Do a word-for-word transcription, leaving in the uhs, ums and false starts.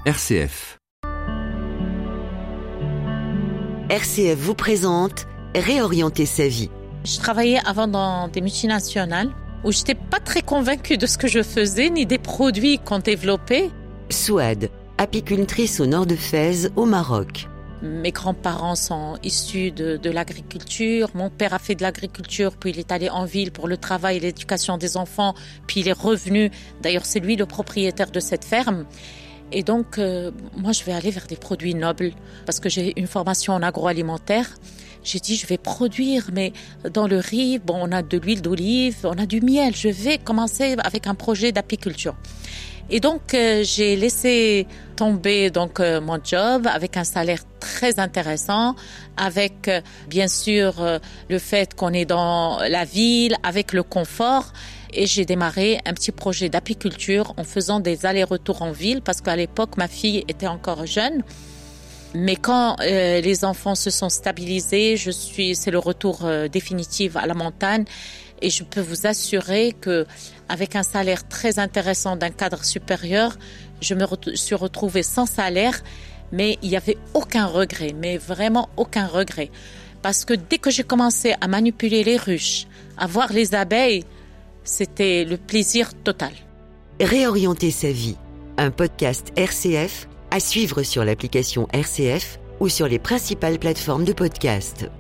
R C F. R C F vous présente Réorienter sa vie. Je travaillais avant dans des multinationales où je n'étais pas très convaincue de ce que je faisais ni des produits qu'on développait. Souad, apicultrice au nord de Fès, au Maroc. Mes grands-parents sont issus de, de l'agriculture. Mon père a fait de l'agriculture, puis il est allé en ville pour le travail et l'éducation des enfants, puis il est revenu. D'ailleurs, c'est lui le propriétaire de cette ferme. Et donc, euh, moi, je vais aller vers des produits nobles parce que j'ai une formation en agroalimentaire. J'ai dit, je vais produire, mais dans le riz, bon, on a de l'huile d'olive, on a du miel. Je vais commencer avec un projet d'apiculture. Et donc, euh, j'ai laissé tomber donc euh, mon job avec un salaire très intéressant, avec euh, bien sûr euh, le fait qu'on est dans la ville, avec le confort. Et j'ai démarré un petit projet d'apiculture en faisant des allers-retours en ville parce qu'à l'époque, ma fille était encore jeune. Mais quand euh, les enfants se sont stabilisés, je suis, c'est le retour euh, définitif à la montagne. Et je peux vous assurer que, avec un salaire très intéressant d'un cadre supérieur, je me re- suis retrouvée sans salaire, mais il n'y avait aucun regret, mais vraiment aucun regret. Parce que dès que j'ai commencé à manipuler les ruches, à voir les abeilles, c'était le plaisir total. Réorienter sa vie, un podcast R C F à suivre sur l'application R C F ou sur les principales plateformes de podcast.